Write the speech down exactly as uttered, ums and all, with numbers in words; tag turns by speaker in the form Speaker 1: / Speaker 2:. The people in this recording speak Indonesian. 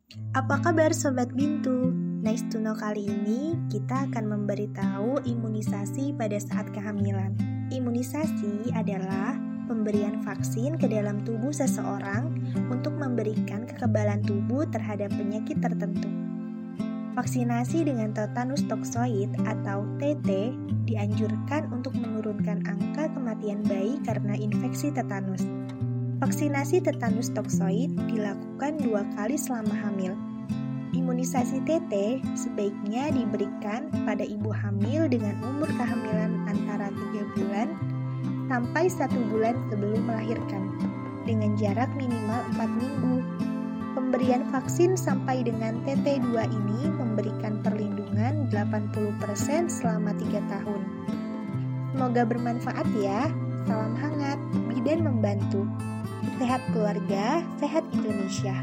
Speaker 1: Apa kabar Sobat Bintu? Nice to know kali ini kita akan memberitahu imunisasi pada saat kehamilan. Imunisasi adalah pemberian vaksin ke dalam tubuh seseorang untuk memberikan kekebalan tubuh terhadap penyakit tertentu. Vaksinasi dengan tetanus toksoid atau T T dianjurkan untuk menurunkan angka kematian bayi karena infeksi tetanus. Vaksinasi tetanus toksoid dilakukan dua kali selama hamil. Imunisasi T T sebaiknya diberikan pada ibu hamil dengan umur kehamilan antara tiga bulan sampai satu bulan sebelum melahirkan, dengan jarak minimal empat minggu. Pemberian vaksin sampai dengan T T dua ini memberikan perlindungan delapan puluh persen selama tiga tahun. Semoga bermanfaat ya. Salam hangat, bidan membantu. Sehat keluarga, sehat Indonesia.